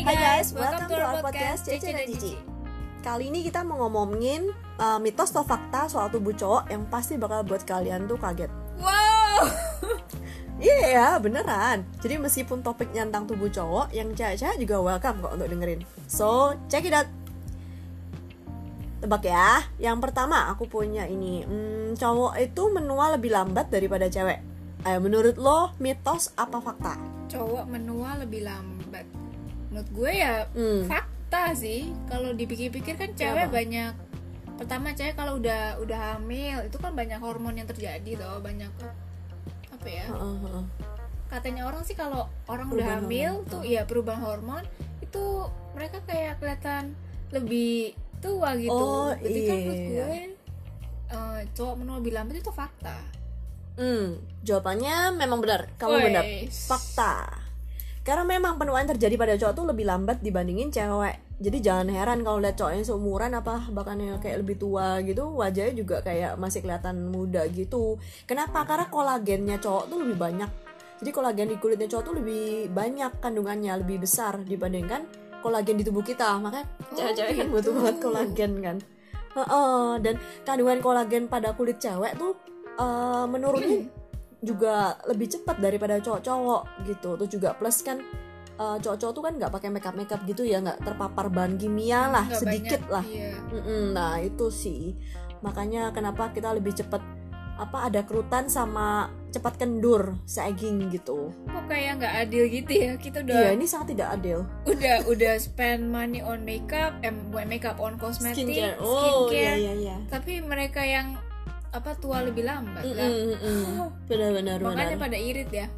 Hai guys, welcome to our podcast Cece dan Cici. Kali ini kita mau ngomongin mitos atau fakta soal tubuh cowok yang pasti bakal buat kalian tuh kaget. Wow. Iya, beneran. Jadi meskipun topiknya tentang tubuh cowok, yang cewek-cewek juga welcome kok untuk dengerin. So, check it out. Tebak ya. Yang pertama aku punya ini. Cowok itu menua lebih lambat daripada cewek. Menurut lo mitos apa fakta? Cowok menua lebih lambat. Menurut gue ya fakta sih. Kalau dipikir-pikir kan cewek banyak. Pertama cewek kalau udah hamil itu kan banyak hormon yang terjadi loh, banyak apa ya? Katanya orang sih kalau orang udah hamil tuh ya perubahan hormon itu mereka kayak kelihatan lebih tua gitu. Berarti kan menurut gue cowok menua lebih lambat itu fakta. Jawabannya memang benar. Kamu benar. Fakta. Karena memang penuaan terjadi pada cowok tuh lebih lambat dibandingin cewek. Jadi jangan heran kalau lihat cowok yang seumuran apa bahkan yang kayak lebih tua gitu, wajahnya juga kayak masih kelihatan muda gitu. Kenapa? Karena kolagennya cowok tuh lebih banyak. Jadi kolagen di kulitnya cowok tuh lebih banyak kandungannya, lebih besar dibandingkan kolagen di tubuh kita. Makanya cewek-cewek kan butuh banget kolagen kan. Dan kandungan kolagen pada kulit cewek tuh menurunnya juga lebih cepat daripada cowok-cowok gitu. Terus juga plus kan cowok-cowok tuh kan nggak pakai makeup gitu ya, nggak terpapar bahan kimia lah, Nggak sedikit banyak, lah. iya. Nah itu sih makanya kenapa kita lebih cepat ada kerutan sama cepat kendur, sagging gitu. Kok kayak nggak adil gitu ya, kita udah Iya, ini sangat tidak adil. udah spend money on makeup, bukan makeup, on kosmetik, Skincare. Iya. tapi mereka yang tua lebih lambat lah. Benar. Makanya pada irit ya.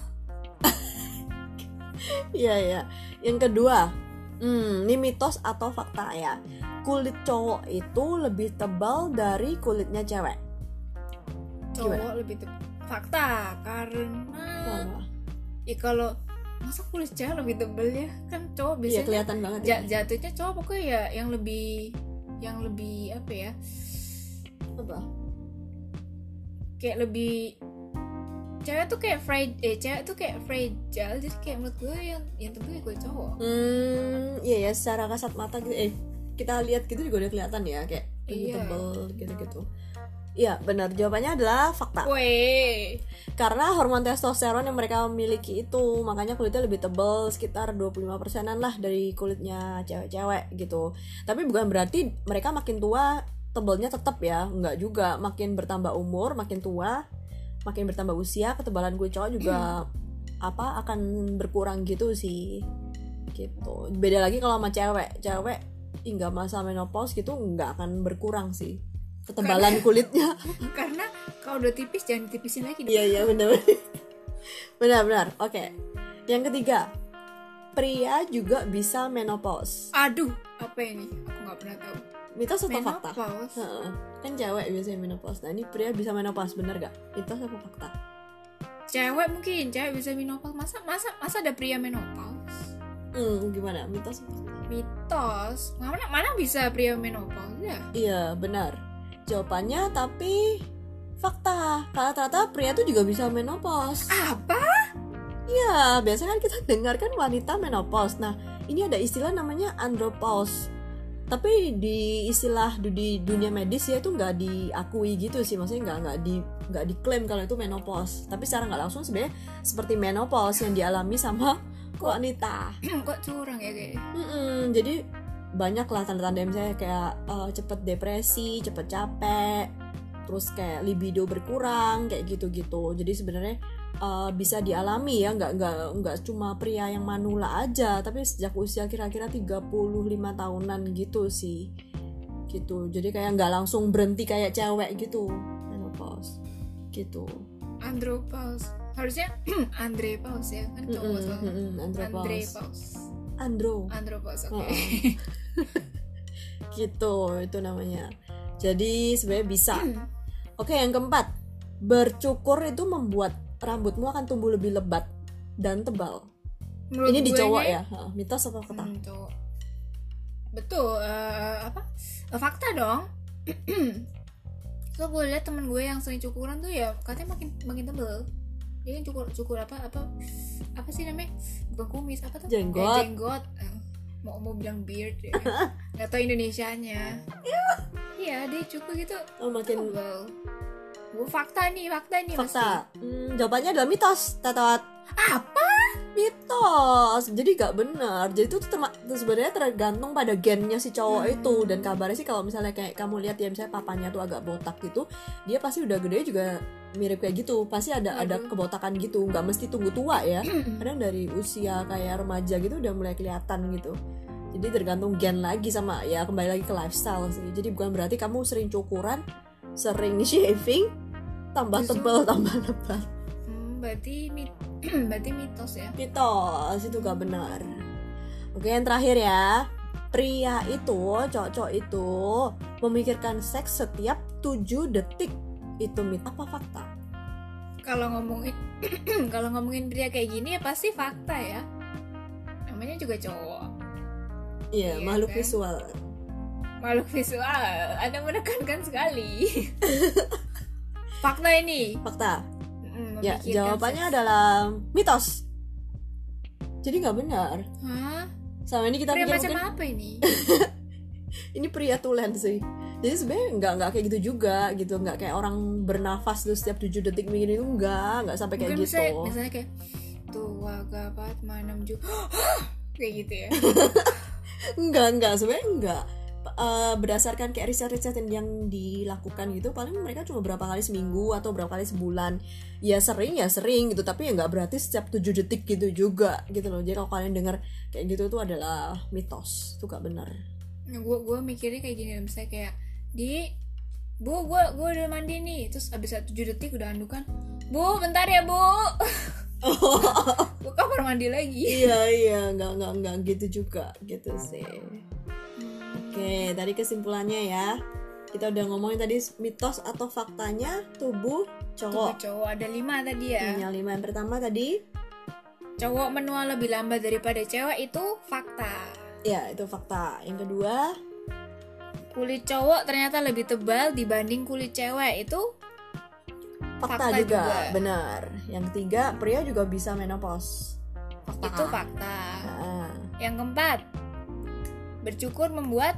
Iya. Yang kedua, ini mitos atau fakta ya. Kulit cowok itu lebih tebal dari kulitnya cewek. Cowok lebih fakta karena ya kalau masa kulit cewek lebih tebal ya, kan cowok biasanya kelihatan banget jatuhnya cowok pokoknya ya yang lebih apa ya, kayak lebih cewek tuh kayak fragile, jadi kayak menurut gue yang tebal ya kulit cowok. Iya ya, secara kasat mata gitu kita lihat gitu juga udah kelihatan ya kayak lebih tebal gitu. Iya benar, jawabannya adalah fakta. Karena hormon testosteron yang mereka miliki itu makanya kulitnya lebih tebal, sekitar 25%-an lah dari kulitnya cewek-cewek gitu. Tapi bukan berarti mereka makin tua tebalnya tetap ya, enggak juga. Makin bertambah umur, makin tua, makin bertambah usia, ketebalan kulit cowok juga akan berkurang gitu sih. Gitu. Beda lagi kalau sama cewek hingga masa menopause gitu enggak akan berkurang sih ketebalan kulitnya. Karena kalau udah tipis jangan ditipisin lagi. Iya benar. Oke. Yang ketiga, pria juga bisa menopause. Aduh, apa ini? Aku nggak pernah tahu. Mitos atau fakta? Menopause? Kan cewek biasanya menopause. Nah ini pria bisa menopause, benar gak? Mitos apa fakta? Cewek bisa menopause. Masa ada pria menopause? Gimana? Mitos atau fakta? Mitos? Mana bisa pria menopause ya? Iya benar. Jawabannya tapi fakta. Karena ternyata pria tuh juga bisa menopause. Apa? Iya, biasanya kan kita dengar kan wanita menopause. Nah, ini ada istilah namanya andropause. Tapi di dunia medis ya itu nggak diakui gitu sih. Maksudnya nggak diklaim kalau itu menopause. Tapi secara nggak langsung sebenarnya seperti menopause yang dialami sama wanita. Kok curang ya kayaknya? Jadi banyak lah tanda-tanda misalnya kayak cepet depresi, cepet capek, terus kayak libido berkurang kayak gitu-gitu. Jadi sebenarnya bisa dialami ya, nggak cuma pria yang manula aja, tapi sejak usia kira-kira 35 tahunan gitu sih. Gitu. Jadi kayak nggak langsung berhenti kayak cewek gitu menopause. Gitu. Andropause. Harusnya andropause ya, kan cowok Andropause. Oke. Gitu, itu namanya. Jadi sebenarnya bisa. Oke, yang keempat, bercukur itu membuat rambutmu akan tumbuh lebih lebat dan tebal. Menurut ini di cowok ya? Mitos atau fakta? Cowok. Betul. Fakta dong. So gue lihat temen gue yang sering cukuran tuh ya katanya makin tebal. Dia kan cukur apa sih namanya, bukan kumis, apa tuh, jenggot. Mau bilang beard ya. Nggak tahu Indonesianya. Iya, dia cukur gitu. Makin fakta nih fakta. Jawabannya adalah mitos, Tatot. Apa? Mitos. Jadi gak benar. Jadi itu sebenarnya tergantung pada gennya si cowok itu. Dan kabarnya sih kalau misalnya kayak kamu lihat ya, misalnya papanya tuh agak botak gitu, dia pasti udah gede juga mirip kayak gitu. Pasti ada kebotakan gitu. Gak mesti tunggu tua ya. Kadang dari usia kayak remaja gitu udah mulai kelihatan gitu. Jadi tergantung gen lagi, sama ya kembali lagi ke lifestyle sih. Jadi bukan berarti kamu sering cukuran, sering shaving, tambah tebal, tambah lebat. Berarti mitos ya. Mitos itu gak benar. Oke, yang terakhir ya. Pria itu, cowok itu memikirkan seks setiap 7 detik. Itu mitos apa fakta? Kalau ngomongin pria kayak gini ya pasti fakta ya. Namanya juga cowok. Iya, makhluk kan? Makhluk visual. Anda menekankan sekali. Fakta ini. Fakta. Ya, jawabannya adalah mitos. Jadi nggak benar. Hah? Sama ini kita pria pikir macam mungkin apa ini? Ini pria tulen sih. Jadi sebenarnya nggak kayak gitu juga gitu, nggak kayak orang bernafas tuh setiap 7 detik begini itu nggak sampai kayak mungkin gitu. Misalnya kayak tua gapat manam juga kayak gitu ya. Enggak sebenarnya enggak. Berdasarkan kayak riset-riset yang dilakukan gitu, paling mereka cuma berapa kali seminggu atau berapa kali sebulan. Ya sering gitu, tapi ya nggak berarti setiap 7 detik gitu juga gitu loh. Jadi kalau kalian dengar kayak gitu tuh adalah mitos, itu gak benar. Gue mikirnya kayak gini, misalnya kayak Bu, gue udah mandi nih, terus abis 7 detik udah andukan, Bu bentar ya Bu. Gue kamar mandi lagi. Iya nggak gitu juga gitu sih. Oke, tadi kesimpulannya ya, kita udah ngomongin tadi mitos atau faktanya tubuh cowok. Ada 5 tadi ya. Yang 5 yang pertama tadi, cowok menua lebih lambat daripada cewek, itu fakta. Ya, itu fakta. Yang kedua, kulit cowok ternyata lebih tebal dibanding kulit cewek, itu fakta juga. Benar. Yang ketiga, pria juga bisa menopause. Fakta. Itu fakta. Yang keempat, bercukur membuat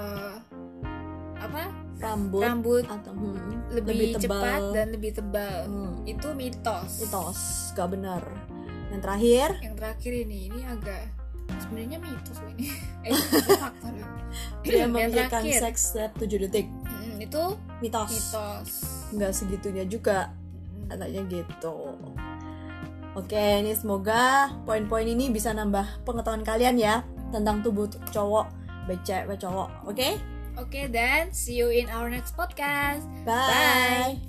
rambut atau lebih cepat dan lebih tebal. Itu mitos. Gak benar. Yang terakhir ini agak sebenarnya mitos ini. Itu fakta dong. Dia memikirkan seks setiap 7 detik. Itu mitos. Nggak segitunya juga, katanya gitu. Oke, ini semoga poin-poin ini bisa nambah pengetahuan kalian ya tentang tubuh cowok, baik cewek cowok. Oke, dan see you in our next podcast. Bye.